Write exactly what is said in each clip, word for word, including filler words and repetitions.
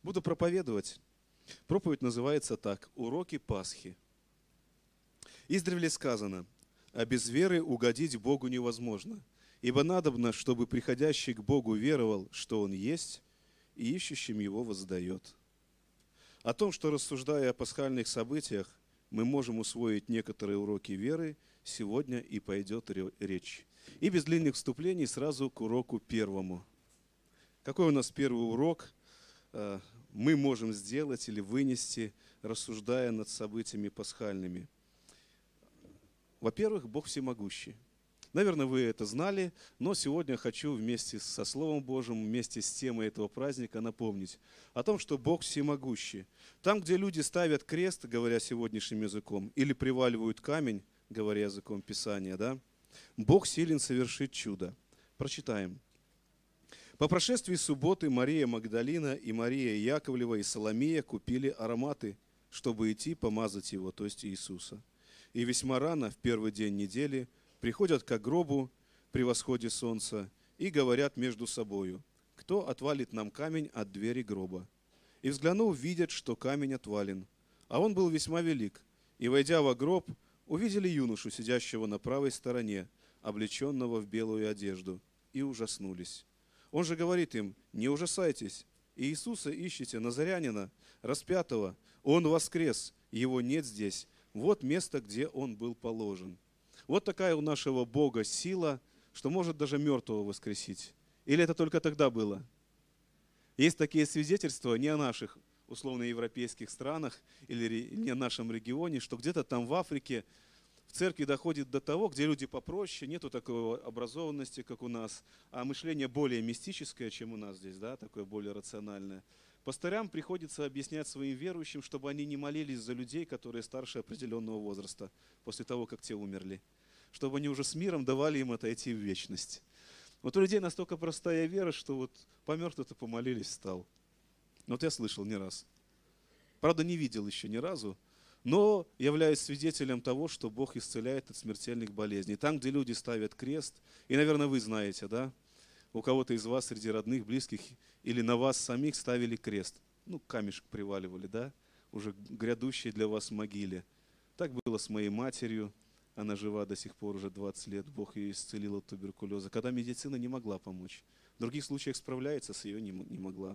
Буду проповедовать. Проповедь называется так: «Уроки Пасхи». Издревле сказано: «А без веры угодить Богу невозможно, ибо надобно, чтобы приходящий к Богу веровал, что Он есть, и ищущим Его воздает». О том, что, рассуждая о пасхальных событиях, мы можем усвоить некоторые уроки веры, сегодня и пойдет речь. И без длинных вступлений сразу к уроку первому. Какой у нас первый урок мы можем сделать или вынести, рассуждая над событиями пасхальными? Во-первых, Бог всемогущий. Наверное, вы это знали, но сегодня хочу вместе со Словом Божьим, вместе с темой этого праздника напомнить о том, что Бог всемогущий. Там, где люди ставят крест, говоря сегодняшним языком, или приваливают камень, говоря языком Писания, да, Бог силен совершить чудо. Прочитаем. «По прошествии субботы Мария Магдалина и Мария Яковлева и Соломея купили ароматы, чтобы идти помазать его, то есть Иисуса. И весьма рано, в первый день недели, приходят к гробу при восходе солнца и говорят между собою: кто отвалит нам камень от двери гроба? И взглянув, видят, что камень отвален. А он был весьма велик. И, войдя во гроб, увидели юношу, сидящего на правой стороне, облеченного в белую одежду, и ужаснулись. Он же говорит им: не ужасайтесь, Иисуса ищете, Назарянина, распятого. Он воскрес, его нет здесь. Вот место, где он был положен». Вот такая у нашего Бога сила, что может даже мертвого воскресить. Или это только тогда было? Есть такие свидетельства не о наших условно-европейских странах или не о нашем регионе, что где-то там в Африке в церкви доходит до того, где люди попроще, нету такой образованности, как у нас, а мышление более мистическое, чем у нас здесь, да, такое более рациональное. Пастырям приходится объяснять своим верующим, чтобы они не молились за людей, которые старше определенного возраста, после того, как те умерли, чтобы они уже с миром давали им отойти в вечность. Вот у людей настолько простая вера, что вот помер кто-то, помолились, встал. Вот я слышал не раз. Правда, не видел еще ни разу, но являюсь свидетелем того, что Бог исцеляет от смертельных болезней. Там, где люди ставят крест, и, наверное, вы знаете, да, у кого-то из вас среди родных, близких или на вас самих ставили крест. Ну, камешек приваливали, да, уже грядущий для вас в могиле. Так было с моей матерью. Она жива до сих пор уже двадцать лет. Бог ее исцелил от туберкулеза, когда медицина не могла помочь. В других случаях справляется, с ее не, не могла.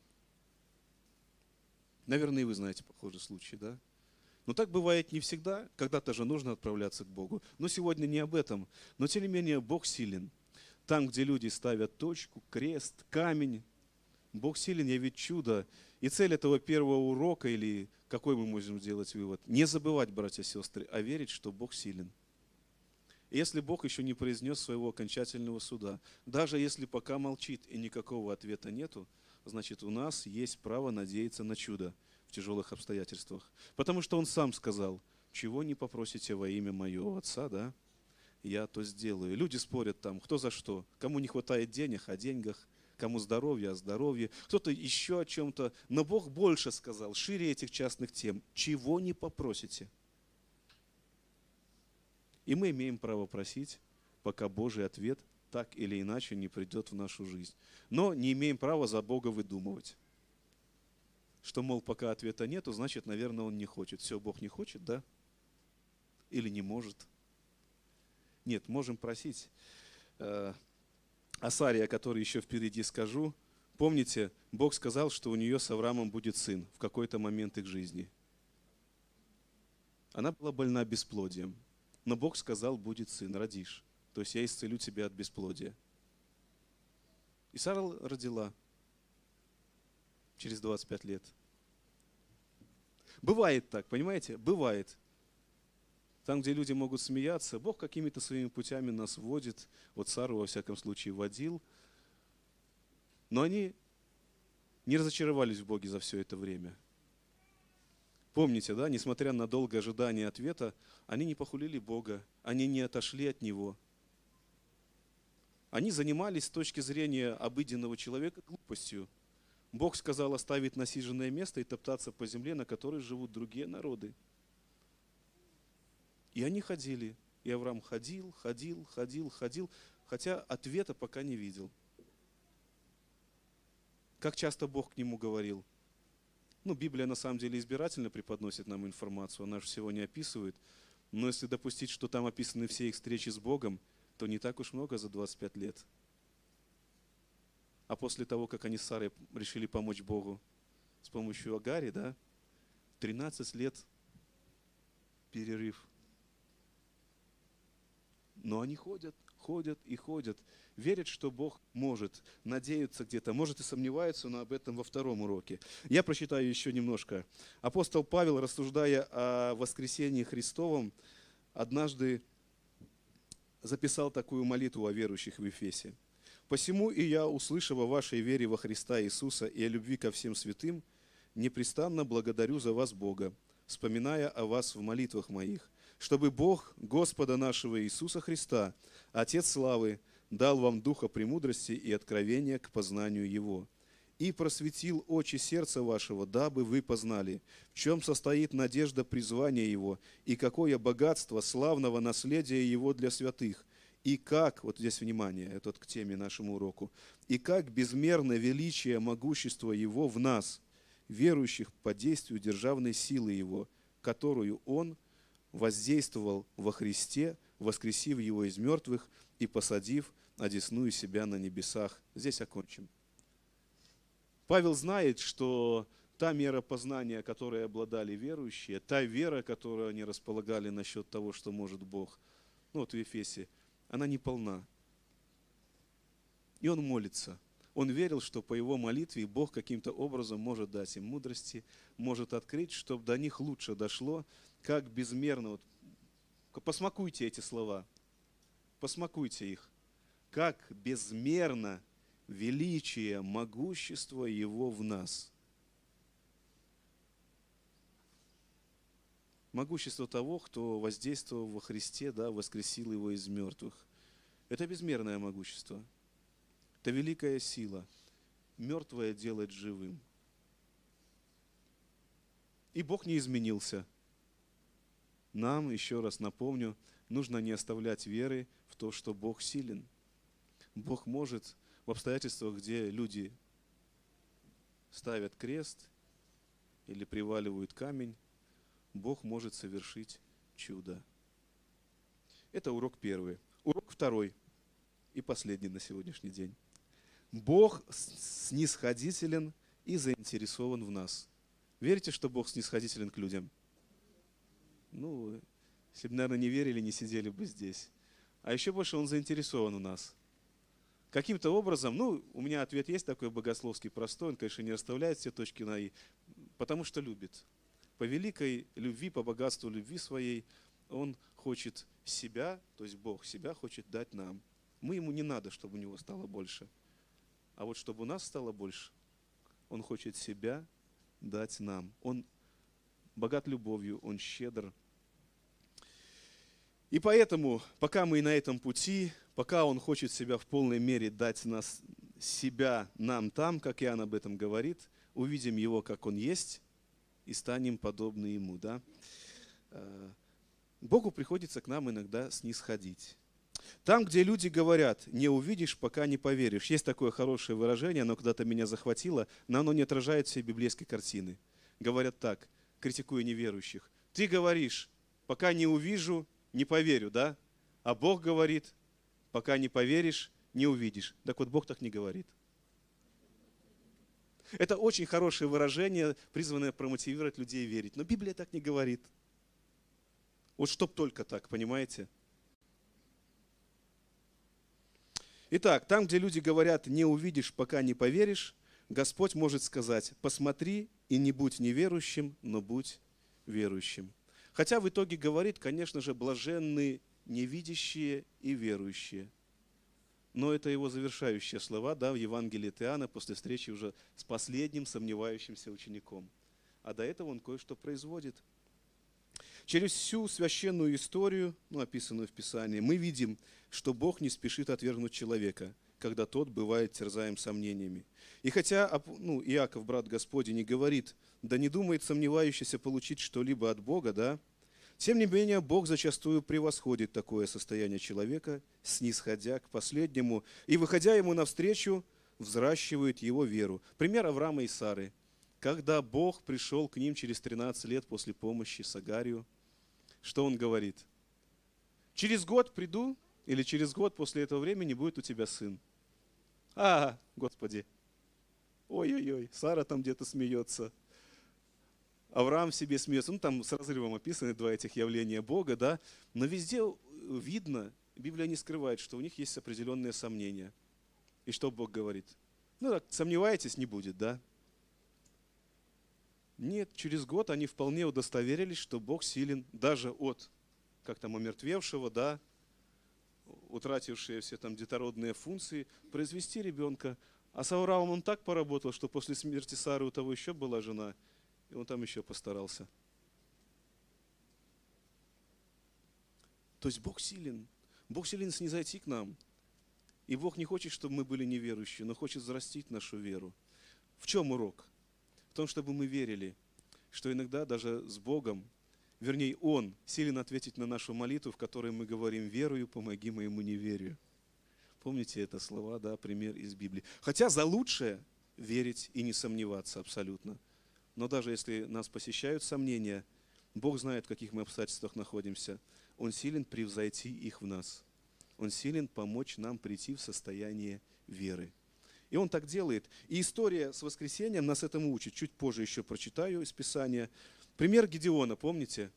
Наверное, и вы знаете похожий случай, да? Но так бывает не всегда. Когда-то же нужно отправляться к Богу. Но сегодня не об этом. Но тем не менее Бог силен. Там, где люди ставят точку, крест, камень, Бог силен явить чудо. И цель этого первого урока, или какой мы можем сделать вывод? Не забывать, братья и сестры, а верить, что Бог силен. И если Бог еще не произнес своего окончательного суда, даже если пока молчит и никакого ответа нету, значит, у нас есть право надеяться на чудо в тяжелых обстоятельствах. Потому что Он сам сказал: чего не попросите во имя моего Отца, да, я то сделаю. Люди спорят там, кто за что. Кому не хватает денег, о деньгах. Кому здоровья, о здоровье. Кто-то еще о чем-то. Но Бог больше сказал, шире этих частных тем. Чего не попросите. И мы имеем право просить, пока Божий ответ так или иначе не придет в нашу жизнь. Но не имеем права за Бога выдумывать. Что, мол, пока ответа нету, значит, наверное, Он не хочет. Все, Бог не хочет, да? Или не может? Нет, можем просить. О Саре, о которой еще впереди скажу. Помните, Бог сказал, что у нее с Авраамом будет сын в какой-то момент их жизни. Она была больна бесплодием. Но Бог сказал: будет сын, родишь. То есть я исцелю тебя от бесплодия. И Сара родила через двадцать пять лет. Бывает так, понимаете? Бывает. Там, где люди могут смеяться, Бог какими-то своими путями нас вводит. Вот Сару, во всяком случае, водил. Но они не разочаровались в Боге за все это время. Помните, да, несмотря на долгое ожидание ответа, они не похулили Бога, они не отошли от Него. Они занимались с точки зрения обыденного человека глупостью. Бог сказал оставить насиженное место и топтаться по земле, на которой живут другие народы. И они ходили. И Авраам ходил, ходил, ходил, ходил, хотя ответа пока не видел. Как часто Бог к нему говорил: Ну, Библия на самом деле избирательно преподносит нам информацию, она же всего не описывает. Но если допустить, что там описаны все их встречи с Богом, то не так уж много за двадцать пять лет. А после того, как они с Сарой решили помочь Богу с помощью Агари, да, тринадцать лет перерыв. Но они ходят, ходят и ходят, верят, что Бог может, надеются где-то, может и сомневаются, но об этом во втором уроке. Я прочитаю еще немножко. Апостол Павел, рассуждая о воскресении Христовом, однажды записал такую молитву о верующих в Ефесе. «Посему и я, услышав о вашей вере во Христа Иисуса и о любви ко всем святым, непрестанно благодарю за вас Бога, вспоминая о вас в молитвах моих, чтобы Бог Господа нашего Иисуса Христа, Отец славы, дал вам духа премудрости и откровения к познанию Его, и просветил очи сердца вашего, дабы вы познали, в чем состоит надежда призвания Его, и какое богатство славного наследия Его для святых, и как, вот здесь внимание, это к теме нашему уроку, и как безмерно величие могущества Его в нас, верующих по действию державной силы Его, которую Он воздействовал во Христе, воскресив Его из мертвых и посадив одесную себя на небесах». Здесь окончим. Павел знает, что та мера познания, которой обладали верующие, та вера, которую они располагали насчет того, что может Бог, ну вот в Ефесе, она не полна. И он молится. Он верил, что по его молитве Бог каким-то образом может дать им мудрости, может открыть, чтобы до них лучше дошло, как безмерно. Вот, посмакуйте эти слова, посмакуйте их. Как безмерно величие, могущество Его в нас. Могущество того, кто воздействовал во Христе, да, воскресил Его из мертвых. Это безмерное могущество. Это великая сила. Мертвое делать живым. И Бог не изменился. Нам, еще раз напомню, нужно не оставлять веры в то, что Бог силен. Бог может в обстоятельствах, где люди ставят крест или приваливают камень, Бог может совершить чудо. Это урок первый. Урок второй и последний на сегодняшний день. Бог снисходителен и заинтересован в нас. Верите, что Бог снисходителен к людям? Ну, если бы, наверное, не верили, не сидели бы здесь. А еще больше Он заинтересован в нас. Каким-то образом, ну, у меня ответ есть такой богословский, простой, он, конечно, не расставляет все точки на «и», потому что любит. По великой любви, по богатству любви своей, Он хочет себя, то есть Бог себя хочет дать нам. Мы Ему не надо, чтобы у Него стало больше. А вот чтобы у нас стало больше, Он хочет себя дать нам. Он богат любовью, Он щедр. И поэтому, пока мы на этом пути, пока Он хочет себя в полной мере дать нас, себя нам там, как Иоанн об этом говорит, увидим Его, как Он есть, и станем подобны Ему. Да? Богу приходится к нам иногда снисходить. Там, где люди говорят, не увидишь, пока не поверишь. Есть такое хорошее выражение, оно когда-то меня захватило, но оно не отражает всей библейской картины. Говорят так, критикуя неверующих. Ты говоришь, пока не увижу, не поверю, да? А Бог говорит, пока не поверишь, не увидишь. Так вот, Бог так не говорит. Это очень хорошее выражение, призванное промотивировать людей верить. Но Библия так не говорит. Вот чтоб только так, понимаете? Итак, там, где люди говорят, не увидишь, пока не поверишь, Господь может сказать, посмотри и не будь неверующим, но будь верующим. Хотя в итоге говорит, конечно же, блаженны невидящие и верующие. Но это его завершающие слова, да, в Евангелии от Иоанна после встречи уже с последним сомневающимся учеником. А до этого он кое-что производит. Через всю священную историю, ну, описанную в Писании, мы видим, что Бог не спешит отвергнуть человека, когда тот бывает терзаем сомнениями. И хотя ну, Иаков, брат Господень, не говорит, да не думает сомневающийся получить что-либо от Бога, да, тем не менее Бог зачастую превосходит такое состояние человека, снисходя к последнему, и, выходя ему навстречу, взращивает его веру. Пример Авраама и Сары. когда Бог пришел к ним через тринадцать лет после помощи с Агарью, что Он говорит? Через год приду, или через год после этого времени будет у тебя сын. А, Господи, ой-ой-ой, Сара там где-то смеется. Авраам в себе смеется. Ну, там с разрывом описаны два этих явления Бога, да. Но везде видно, Библия не скрывает, что у них есть определенные сомнения. И что Бог говорит? Ну, так, сомневаетесь, не будет, да? Нет, через год они вполне удостоверились, что Бог силен даже от, как там, омертвевшего, да, утратившие все там детородные функции, произвести ребенка. А с Авраамом он так поработал, что после смерти Сары у того еще была жена, и он там еще постарался. То есть Бог силен. Бог силен снизойти к нам. И Бог не хочет, чтобы мы были неверующие, но хочет взрастить нашу веру. В чем урок? В том, чтобы мы верили, что иногда даже с Богом, вернее, Он силен ответить на нашу молитву, в которой мы говорим: «Верую, помоги моему неверию». Помните это слова, да, пример из Библии. Хотя за лучшее верить и не сомневаться абсолютно. Но даже если нас посещают сомнения, Бог знает, в каких мы обстоятельствах находимся. Он силен превзойти их в нас. Он силен помочь нам прийти в состояние веры. И Он так делает. И история с воскресением нас этому учит. Чуть позже еще прочитаю из Писания. Пример Гедеона, помните?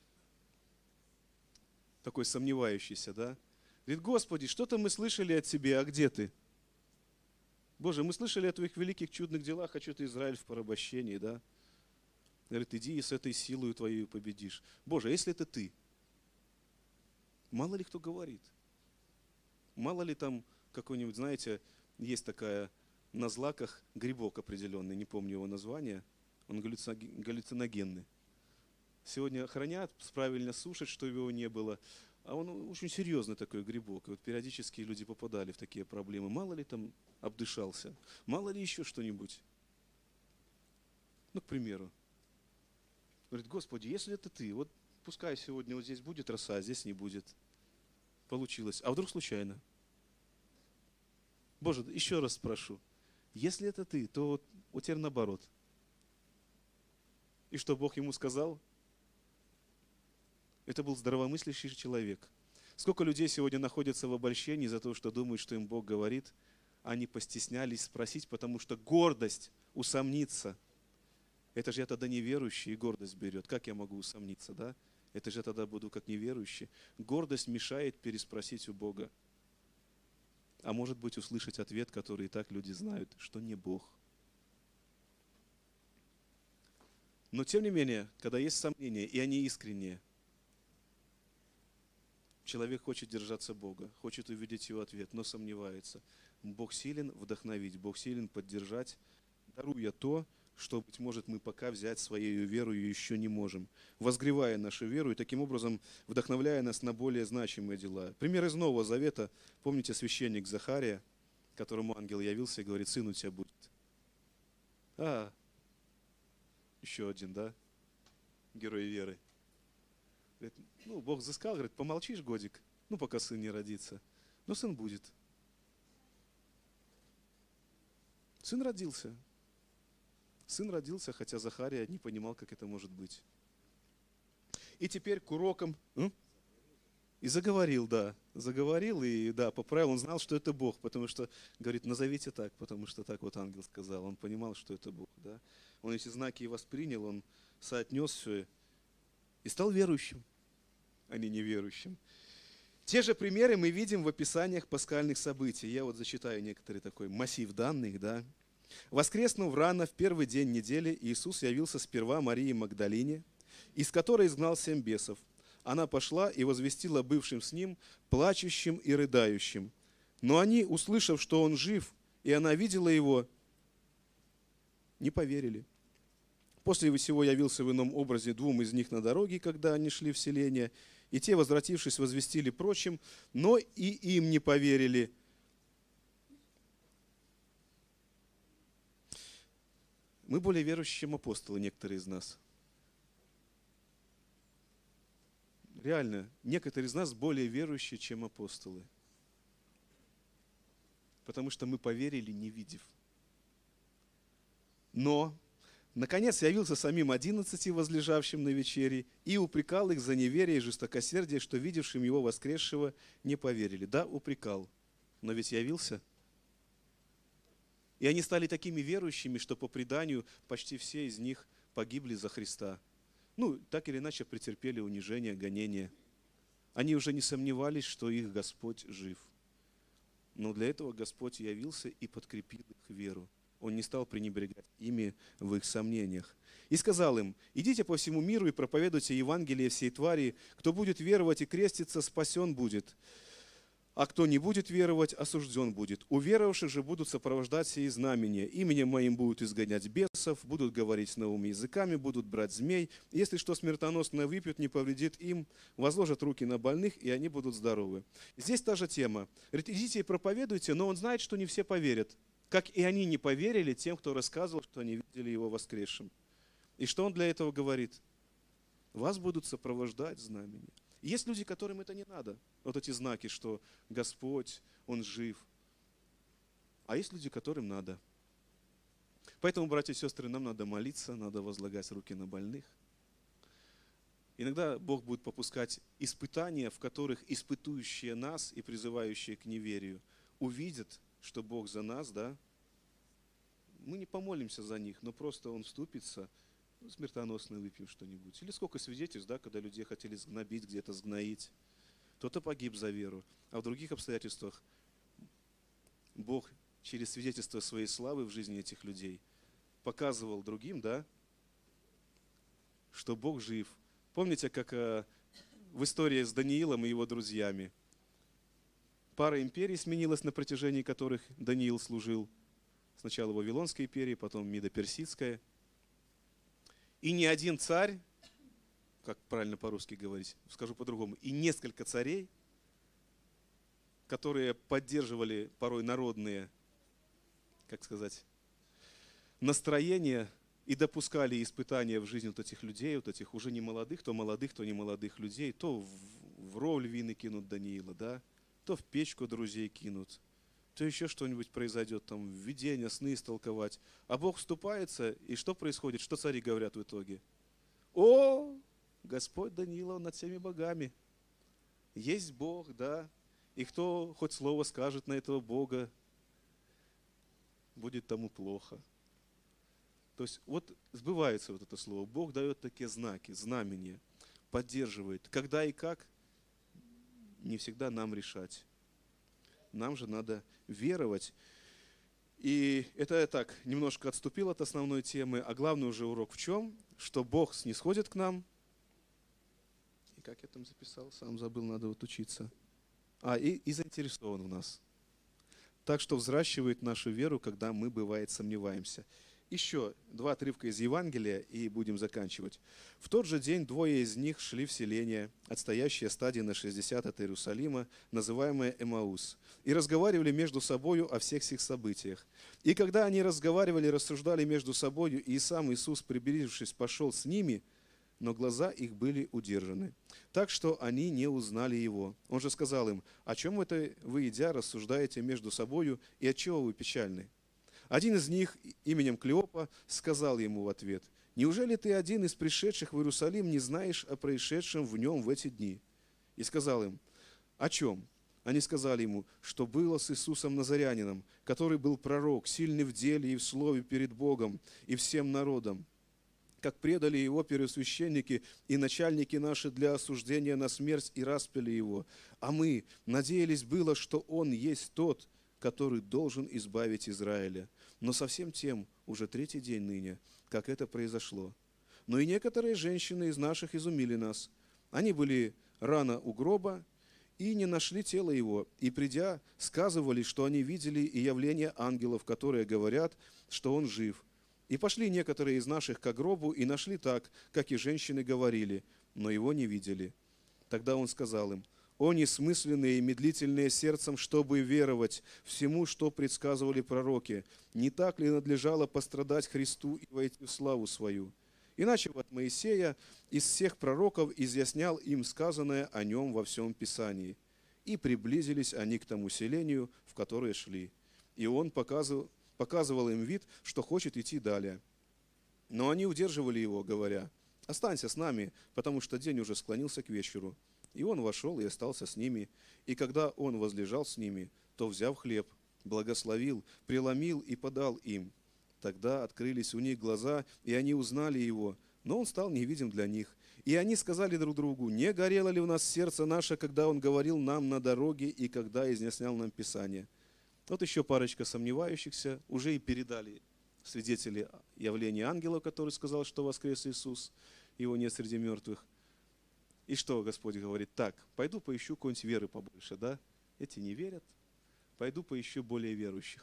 Такой сомневающийся, да? Говорит: Господи, что-то мы слышали от Тебя, а где Ты? Боже, мы слышали о Твоих великих чудных делах, хочу Ты Израиль в порабощении, да? Говорит: иди и с этой силой Твоей победишь. Боже, а если это Ты? Мало ли кто говорит. Мало ли там какой-нибудь, знаете, есть такая на злаках грибок определенный, не помню его название, он галлюциногенный. Сегодня хранят, правильно сушат, чтобы его не было. А он очень серьезный такой грибок. И вот периодически люди попадали в такие проблемы. Мало ли там обдышался, мало ли еще что-нибудь. Ну, к примеру. Говорит: Господи, если это Ты, вот пускай сегодня вот здесь будет роса, а здесь не будет. Получилось. А вдруг случайно? Боже, еще раз спрошу. Если это Ты, то вот, вот теперь наоборот. И что Бог ему сказал? Это был здравомыслящий человек. Сколько людей сегодня находятся в обольщении за то, что думают, что им Бог говорит, они постеснялись спросить, потому что гордость усомниться. Это же я тогда неверующий, и гордость берет. Как я могу усомниться, да? Это же я тогда буду как неверующий. Гордость мешает переспросить у Бога. А может быть, услышать ответ, который и так люди знают, что не Бог. Но тем не менее, когда есть сомнения, и они искренние, человек хочет держаться Бога, хочет увидеть Его ответ, но сомневается. Бог силен вдохновить, Бог силен поддержать, даруя то, что, быть может, мы пока взять своей верою еще не можем, возгревая нашу веру и таким образом вдохновляя нас на более значимые дела. Пример из Нового Завета. Помните священник Захария, которому ангел явился и говорит: сын у тебя будет. А, еще один, да? Герой веры. Говорит, ну, Бог взыскал, говорит: помолчишь годик, ну, пока сын не родится. Но сын будет. Сын родился. Сын родился, хотя Захария не понимал, как это может быть. И теперь к урокам. М? И заговорил, да. Заговорил, и да, поправил. Он знал, что это Бог, потому что, говорит, назовите так, потому что так вот ангел сказал. Он понимал, что это Бог, да. Он эти знаки и воспринял, он соотнес все и стал верующим, а не неверующим. Те же примеры мы видим в описаниях пасхальных событий. Я вот зачитаю некоторый такой массив данных, да. Воскреснув рано в первый день недели, Иисус явился сперва Марии Магдалине, из которой изгнал семь бесов. Она пошла и возвестила бывшим с ним, плачущим и рыдающим. Но они, услышав, что он жив, и она видела его, не поверили. После всего явился в ином образе двум из них на дороге, когда они шли в селение, и те, возвратившись, возвестили прочим, но и им не поверили. Мы более верующие, чем апостолы, некоторые из нас. Реально, некоторые из нас более верующие, чем апостолы. Потому что мы поверили, не видев. Но Наконец явился самим одиннадцати, возлежавшим на вечере, и упрекал их за неверие и жестокосердие, что видевшим его воскресшего не поверили. Да, упрекал, но ведь явился. И они стали такими верующими, что по преданию почти все из них погибли за Христа. Ну, так или иначе претерпели унижение, гонение. Они уже не сомневались, что их Господь жив. Но для этого Господь явился и подкрепил их веру. Он не стал пренебрегать ими в их сомнениях. И сказал им: идите по всему миру и проповедуйте Евангелие всей твари. Кто будет веровать и креститься, спасен будет. А кто не будет веровать, осужден будет. У веровавших же будут сопровождать сии знамения. Именем моим будут изгонять бесов, будут говорить новыми языками, будут брать змей. Если что смертоносное выпьют, не повредит им, возложат руки на больных, и они будут здоровы. Здесь та же тема. Говорит, идите и проповедуйте, но он знает, что не все поверят. Как и они не поверили тем, кто рассказывал, что они видели его воскресшим. И что он для этого говорит? Вас будут сопровождать знамения. Есть люди, которым это не надо. Вот эти знаки, что Господь, Он жив. А есть люди, которым надо. Поэтому, братья и сестры, нам надо молиться, надо возлагать руки на больных. Иногда Бог будет попускать испытания, в которых испытующие нас и призывающие к неверию увидят, что Бог за нас, да. Мы не помолимся за них, но просто Он вступится. Ну, смертоносно выпьем что-нибудь. Или сколько свидетельств, да, когда людей хотели сгнобить, где-то сгноить. Кто-то погиб за веру. А в других обстоятельствах Бог через свидетельство своей славы в жизни этих людей показывал другим, да, что Бог жив. Помните, как э, в истории с Даниилом и его друзьями? Пара империй сменилась, на протяжении которых Даниил служил. Сначала Вавилонской империи, потом Мидо-Персидская. И ни один царь, как правильно по-русски говорить, скажу по-другому, и несколько царей, которые поддерживали порой народные, как сказать, настроения и допускали испытания в жизни вот этих людей, вот этих уже не молодых, то молодых, то не молодых людей, то в, в ров львиный кинут Даниила, да, то в печку друзей кинут, то еще что-нибудь произойдет, там, видения, сны истолковать. А Бог вступается, и что происходит? Что цари говорят в итоге? О, Господь Даниила над всеми богами. Есть Бог, да, и кто хоть слово скажет на этого Бога, будет тому плохо. То есть вот сбывается вот это слово. Бог дает такие знаки, знамения, поддерживает. Когда и как, не всегда нам решать. Нам же надо веровать. И это я так немножко отступил от основной темы, а главный уже урок в чем? Что Бог снисходит к нам. И как я там записал? Сам забыл, надо вот учиться. А, и, и заинтересован в нас. Так что взращивает нашу веру, когда мы, бывает, сомневаемся. Еще два отрывка из Евангелия, и будем заканчивать. В тот же день двое из них шли в селение, отстоящее стадии на шестьдесят от Иерусалима, называемое Эмаус, и разговаривали между собою о всех сих событиях. И когда они разговаривали, рассуждали между собою, и сам Иисус, приблизившись, пошел с ними, но глаза их были удержаны, так что они не узнали Его. Он же сказал им: «О чем это вы, идя, рассуждаете между собою, и отчего вы печальны?» Один из них, именем Клеопа, сказал ему в ответ: «Неужели ты один из пришедших в Иерусалим не знаешь о происшедшем в нем в эти дни?» И сказал им: «О чем?» Они сказали ему, что было с Иисусом Назарянином, который был пророк, сильный в деле и в слове перед Богом и всем народом, как предали его первосвященники и начальники наши для осуждения на смерть и распяли его. А мы надеялись было, что он есть тот, который должен избавить Израиля. Но совсем тем уже третий день ныне, как это произошло. Но и некоторые женщины из наших изумили нас. Они были рано у гроба и не нашли тело его, и, придя, сказывали, что они видели и явление ангелов, которые говорят, что он жив. И пошли некоторые из наших к гробу и нашли так, как и женщины говорили, но его не видели. Тогда он сказал им: «О несмысленные и медлительные сердцем, чтобы веровать всему, что предсказывали пророки, не так ли надлежало пострадать Христу и войти в славу свою?» Иначе вот Моисея из всех пророков изъяснял им сказанное о нем во всем Писании. И приблизились они к тому селению, в которое шли. И он показывал, показывал им вид, что хочет идти далее. Но они удерживали его, говоря: «Останься с нами, потому что день уже склонился к вечеру». И он вошел и остался с ними. И когда он возлежал с ними, то, взяв хлеб, благословил, преломил и подал им. Тогда открылись у них глаза, и они узнали его, но он стал невидим для них. И они сказали друг другу: «Не горело ли у нас сердце наше, когда он говорил нам на дороге и когда изъяснял нам Писание?» Вот еще парочка сомневающихся уже и передали свидетели явления ангела, который сказал, что воскрес Иисус, его нет среди мертвых. И что Господь говорит? Так, пойду поищу какой-нибудь веры побольше, да? Эти не верят, пойду поищу более верующих.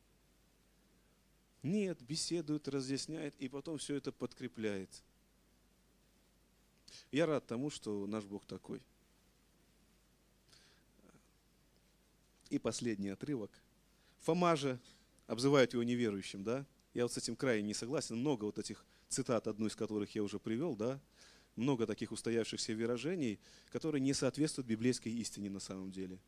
Нет, беседует, разъясняет, и потом все это подкрепляет. Я рад тому, что наш Бог такой. И последний отрывок. Фома же, обзывают его неверующим, да? Я вот с этим крайне не согласен. Много вот этих цитат, одну из которых я уже привел, да? Много таких устоявшихся выражений, которые не соответствуют библейской истине на самом деле.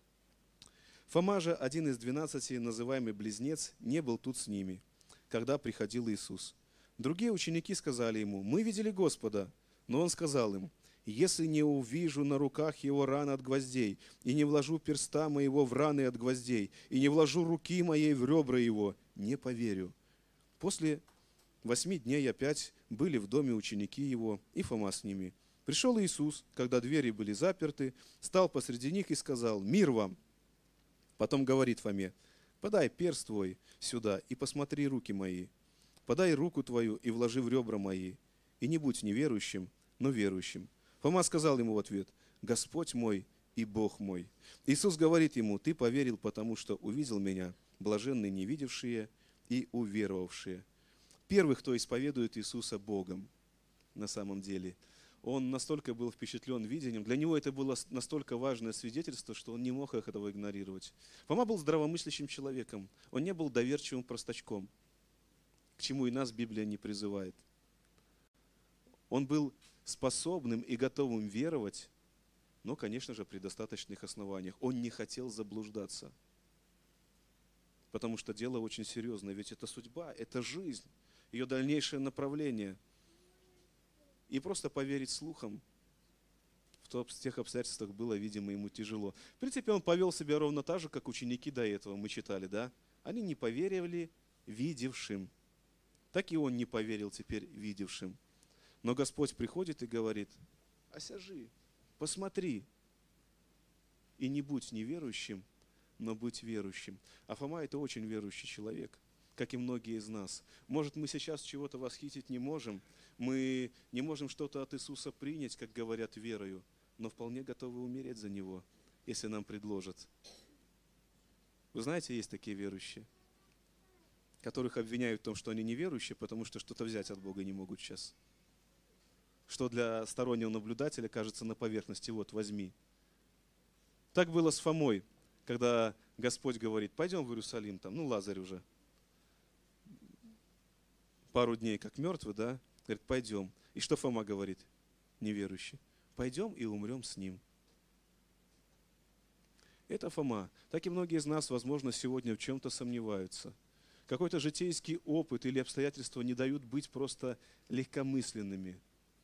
Фома же, один из двенадцати, называемый Близнец, не был тут с ними, когда приходил Иисус. Другие ученики сказали ему: «Мы видели Господа». Но он сказал им: «Если не увижу на руках его ран от гвоздей, и не вложу перста моего в раны от гвоздей, и не вложу руки моей в ребра его, не поверю». После восьми дней опять были в доме ученики его, и Фома с ними. Пришел Иисус, когда двери были заперты, стал посреди них и сказал: «Мир вам!» Потом говорит Фоме: «Подай перст твой сюда и посмотри руки мои. Подай руку твою и вложи в ребра мои. И не будь неверующим, но верующим». Фома сказал ему в ответ: «Господь мой и Бог мой». Иисус говорит ему: «Ты поверил, потому что увидел меня, блаженны не видевшие и уверовавшие». Первый, кто исповедует Иисуса Богом, на самом деле, он настолько был впечатлен видением, для него это было настолько важное свидетельство, что он не мог их этого игнорировать. Фома был здравомыслящим человеком, он не был доверчивым простачком, к чему и нас Библия не призывает. Он был способным и готовым веровать, но, конечно же, при достаточных основаниях. Он не хотел заблуждаться, потому что дело очень серьезное, ведь это судьба, это жизнь, ее дальнейшее направление. И просто поверить слухам в тех обстоятельствах было, видимо, ему тяжело. В принципе, он повел себя ровно так же, как ученики до этого, мы читали, да? Они не поверили видевшим. Так и он не поверил теперь видевшим. Но Господь приходит и говорит: «Осяжи, посмотри, и не будь неверующим, но будь верующим». А Фома – это очень верующий человек, как и многие из нас. Может, мы сейчас чего-то восхитить не можем, мы не можем что-то от Иисуса принять, как говорят, верою, но вполне готовы умереть за Него, если нам предложат. Вы знаете, есть такие верующие, которых обвиняют в том, что они неверующие, потому что что-то взять от Бога не могут сейчас. Что для стороннего наблюдателя кажется на поверхности: вот, возьми. Так было с Фомой, когда Господь говорит: пойдем в Иерусалим, там, ну Лазарь уже пару дней как мертвый, да, говорит: пойдем. И что Фома говорит, неверующий? Пойдем и умрем с ним. Это Фома. Так и многие из нас, возможно, сегодня в чем-то сомневаются. Какой-то житейский опыт или обстоятельства не дают быть просто легкомысленными.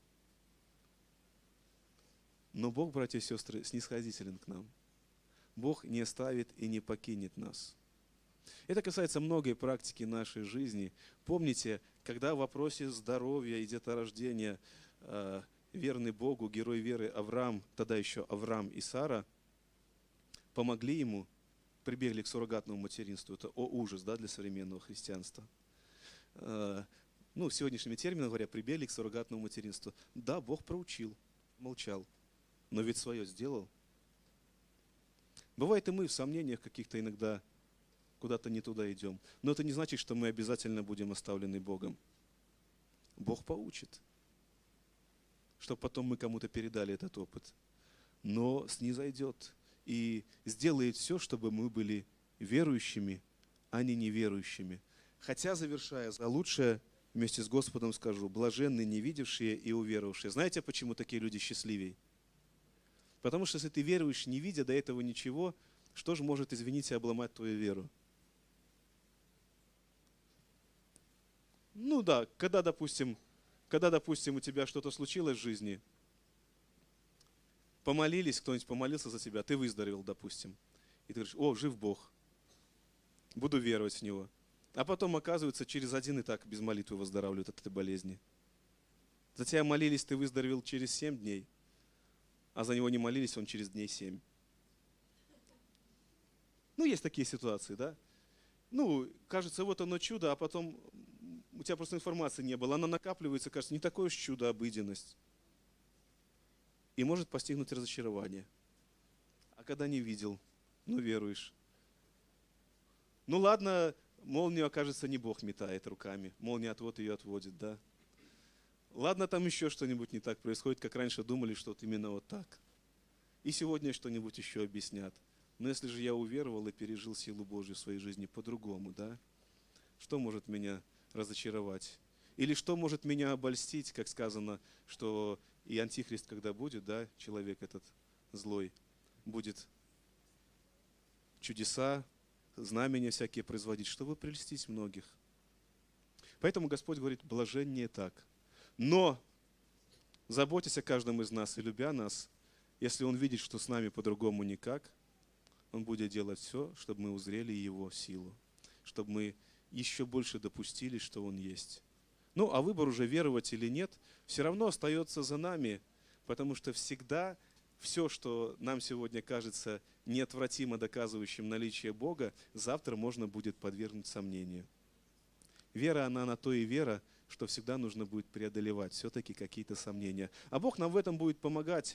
Но Бог, братья и сестры, снисходителен к нам. Бог не оставит и не покинет нас. Это касается многой практики нашей жизни. Помните, когда в вопросе здоровья и деторождения э, верный Богу, герой веры Авраам, тогда еще Авраам и Сара, помогли ему, прибегли к суррогатному материнству. Это о ужас, да, для современного христианства. Э, ну, сегодняшними терминами говоря, прибегли к суррогатному материнству. Да, Бог проучил, молчал, но ведь свое сделал. Бывает, и мы в сомнениях каких-то иногда куда-то не туда идем. Но это не значит, что мы обязательно будем оставлены Богом. Бог поучит, чтобы потом мы кому-то передали этот опыт. Но снизойдет и сделает все, чтобы мы были верующими, а не неверующими. Хотя, завершая, за лучшее вместе с Господом скажу: блаженны невидевшие и уверовавшие. Знаете, почему такие люди счастливее? Потому что если ты веруешь, не видя до этого ничего, что же может, извините, обломать твою веру? Ну да, когда, допустим, когда, допустим, у тебя что-то случилось в жизни, помолились, кто-нибудь помолился за тебя, ты выздоровел, допустим. И ты говоришь, о, жив Бог, буду веровать в Него. А потом, оказывается, через один и так без молитвы выздоравливают от этой болезни. За тебя молились, ты выздоровел через семь дней, а за него не молились, он через дней семь. Ну, есть такие ситуации, да? Ну, кажется, вот оно чудо, а потом у тебя просто информации не было. Она накапливается, кажется, не такое уж чудо, обыденность. И может постигнуть разочарование. А когда не видел, ну, веруешь. Ну, ладно, молнию, окажется, не Бог метает руками. Молния отвод ее отводит, да? Ладно, там еще что-нибудь не так происходит, как раньше думали, что вот именно вот так. И сегодня что-нибудь еще объяснят. Но если же я уверовал и пережил силу Божью в своей жизни по-другому, да? Что может меня разочаровать? Или что может меня обольстить, как сказано, что и Антихрист, когда будет, да, человек этот злой, будет чудеса, знамения всякие производить, чтобы прельстить многих. Поэтому Господь говорит, блаженнее так. Но, заботясь о каждом из нас и любя нас, если Он видит, что с нами по-другому никак, Он будет делать все, чтобы мы узрели Его силу, чтобы мы еще больше допустили, что Он есть. Ну, а выбор уже веровать или нет, все равно остается за нами, потому что всегда все, что нам сегодня кажется неотвратимо доказывающим наличие Бога, завтра можно будет подвергнуть сомнению. Вера, она на то и вера, что всегда нужно будет преодолевать все-таки какие-то сомнения. А Бог нам в этом будет помогать,